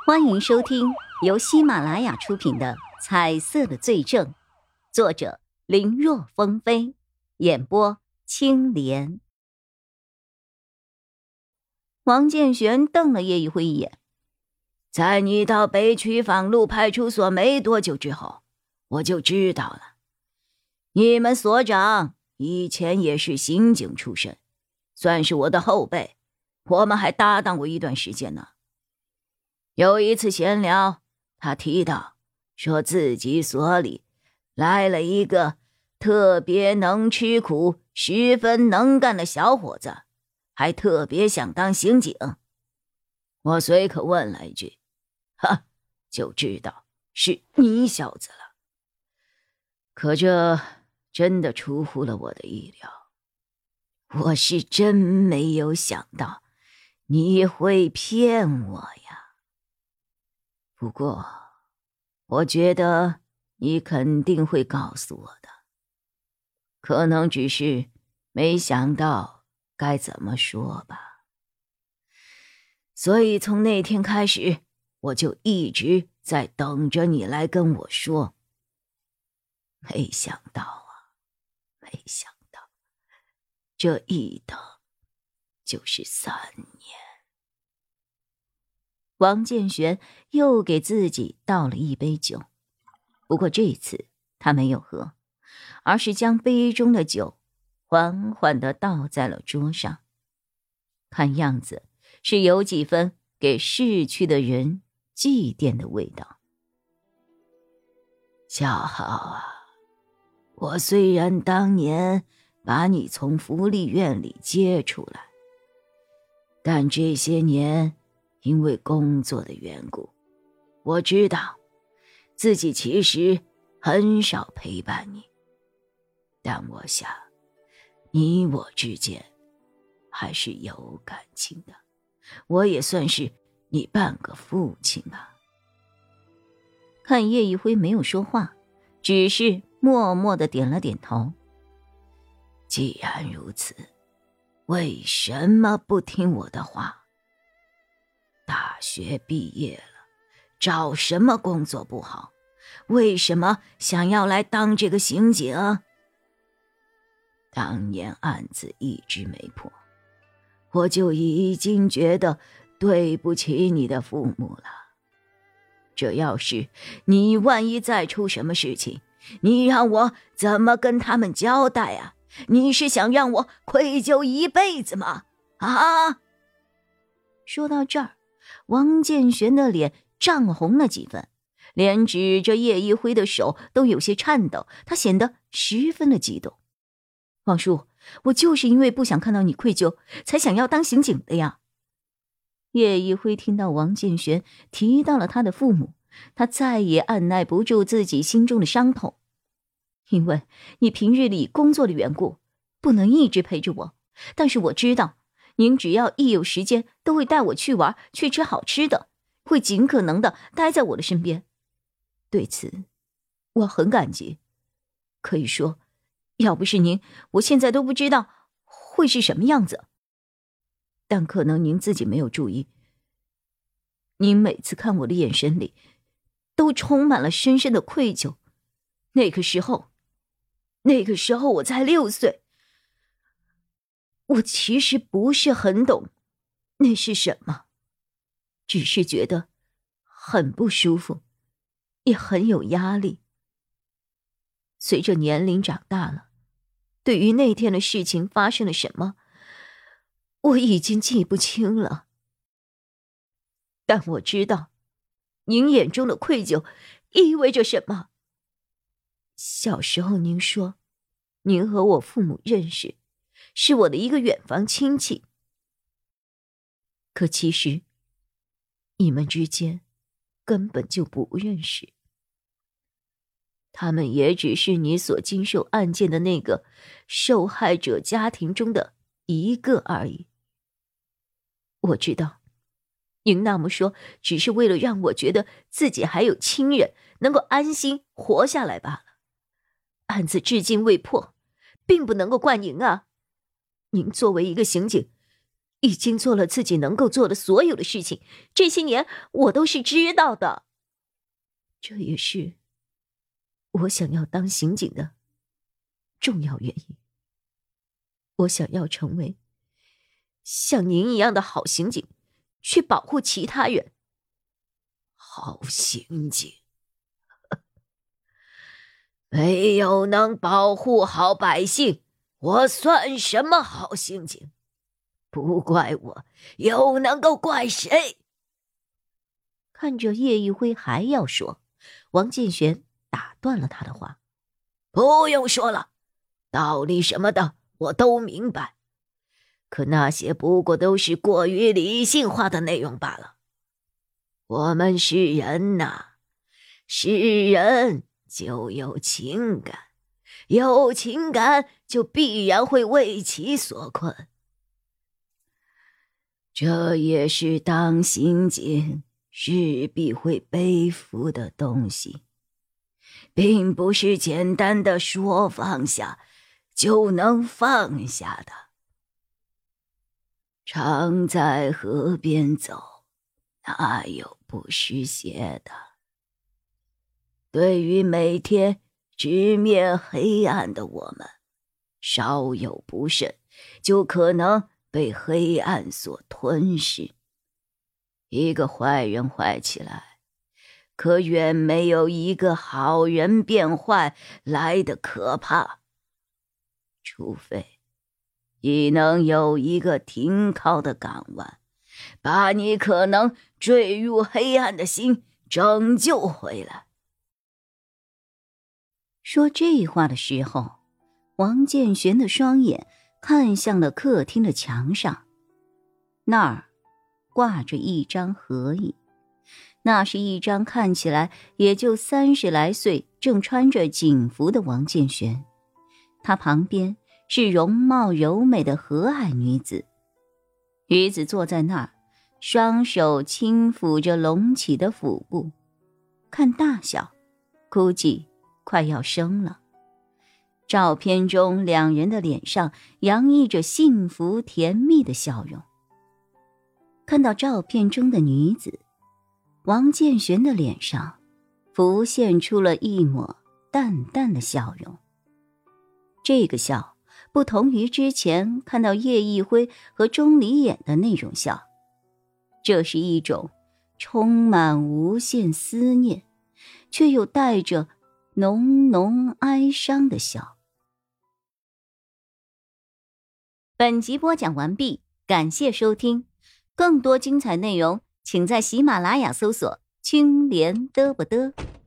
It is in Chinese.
欢迎收听由喜马拉雅出品的《彩色的罪证》，作者林若风飞，演播青莲。王建玄瞪了叶一辉一眼， 在你到北区坊路派出所没多久之后，我就知道了，你们所长以前也是刑警出身，算是我的后辈，我们还搭档过一段时间呢。有一次闲聊，他提到说自己所里来了一个特别能吃苦、十分能干的小伙子，还特别想当刑警。我随口问了一句：“哈，就知道是你小子了。”可这真的出乎了我的意料，我是真没有想到你会骗我呀。不过，我觉得你肯定会告诉我的，可能只是没想到该怎么说吧。所以从那天开始，我就一直在等着你来跟我说。没想到啊，没想到，这一等就是3年。 王建玄又给自己倒了一杯酒，不过这次他没有喝，而是将杯中的酒缓缓地倒在了桌上，看样子是有几分给逝去的人祭奠的味道。 小豪啊，我虽然当年把你从福利院里接出来，但这些年因为工作的缘故，我知道自己其实很少陪伴你，但我想你我之间还是有感情的，我也算是你半个父亲啊。 看叶一辉没有说话，只是默默地点了点头。 既然如此，为什么不听我的话？大学毕业了，找什么工作不好？为什么想要来当这个刑警？当年案子一直没破，我就已经觉得对不起你的父母了。这要是你万一再出什么事情，你让我怎么跟他们交代啊？你是想让我愧疚一辈子吗？啊！ 说到这儿，王建玄的脸涨红了几分，连指着叶一辉的手都有些颤抖，他显得十分的激动。王叔，我就是因为不想看到你愧疚，才想要当刑警的呀。叶一辉听到王建玄提到了他的父母，他再也按耐不住自己心中的伤痛。因为你平日里工作的缘故，不能一直陪着我，但是我知道您只要一有时间都会带我去玩，去吃好吃的，会尽可能的待在我的身边。对此我很感激，可以说要不是您，我现在都不知道会是什么样子。但可能您自己没有注意，您每次看我的眼神里都充满了深深的愧疚。那个时候我才6岁，我其实不是很懂那是什么，只是觉得很不舒服，也很有压力。随着年龄长大了，对于那天的事情发生了什么，我已经记不清了。但我知道，您眼中的愧疚意味着什么。小时候您说，您和我父母认识，是我的一个远房亲戚。可其实，你们之间根本就不认识。他们也只是你所经受案件的那个受害者家庭中的一个而已。我知道，您那么说，只是为了让我觉得自己还有亲人能够安心活下来罢了。案子至今未破，并不能够怪您啊。您作为一个刑警， 已经做了自己能够做的所有的事情，这些年我都是知道的。这也是我想要当刑警的重要原因。我想要成为像您一样的好刑警，去保护其他人。 好刑警，没有能保护好百姓，我算什么好刑警？不怪我，又能够怪谁？ 看着叶一辉还要说，王建玄打断了他的话。 不用说了，道理什么的我都明白，可那些不过都是过于理性化的内容罢了。我们是人呐，是人就有情感，有情感就必然会为其所困。这也是当刑警势必会背负的东西，并不是简单的说放下就能放下的。常在河边走，哪有不湿鞋的？对于每天直面黑暗的我们，稍有不慎，就可能被黑暗所吞噬。一个坏人坏起来，可远没有一个好人变坏来得可怕。除非你能有一个停靠的港湾，把你可能坠入黑暗的心拯救回来。 说这话的时候，王建玄的双眼看向了客厅的墙上，那儿挂着一张合影。那是一张看起来也就30来岁，正穿着警服的王建玄，他旁边是容貌柔美的和蔼女子。女子坐在那儿，双手轻抚着隆起的腹部，看大小估计快要生了。照片中两人的脸上洋溢着幸福甜蜜的笑容。看到照片中的女子，王建玄的脸上浮现出了一抹淡淡的笑容。这个笑不同于之前看到叶一辉和钟离眼的那种笑，这是一种充满无限思念，却又带着浓浓哀伤的笑。本集播讲完毕，感谢收听。更多精彩内容请在喜马拉雅搜索青莲嘚不嘚。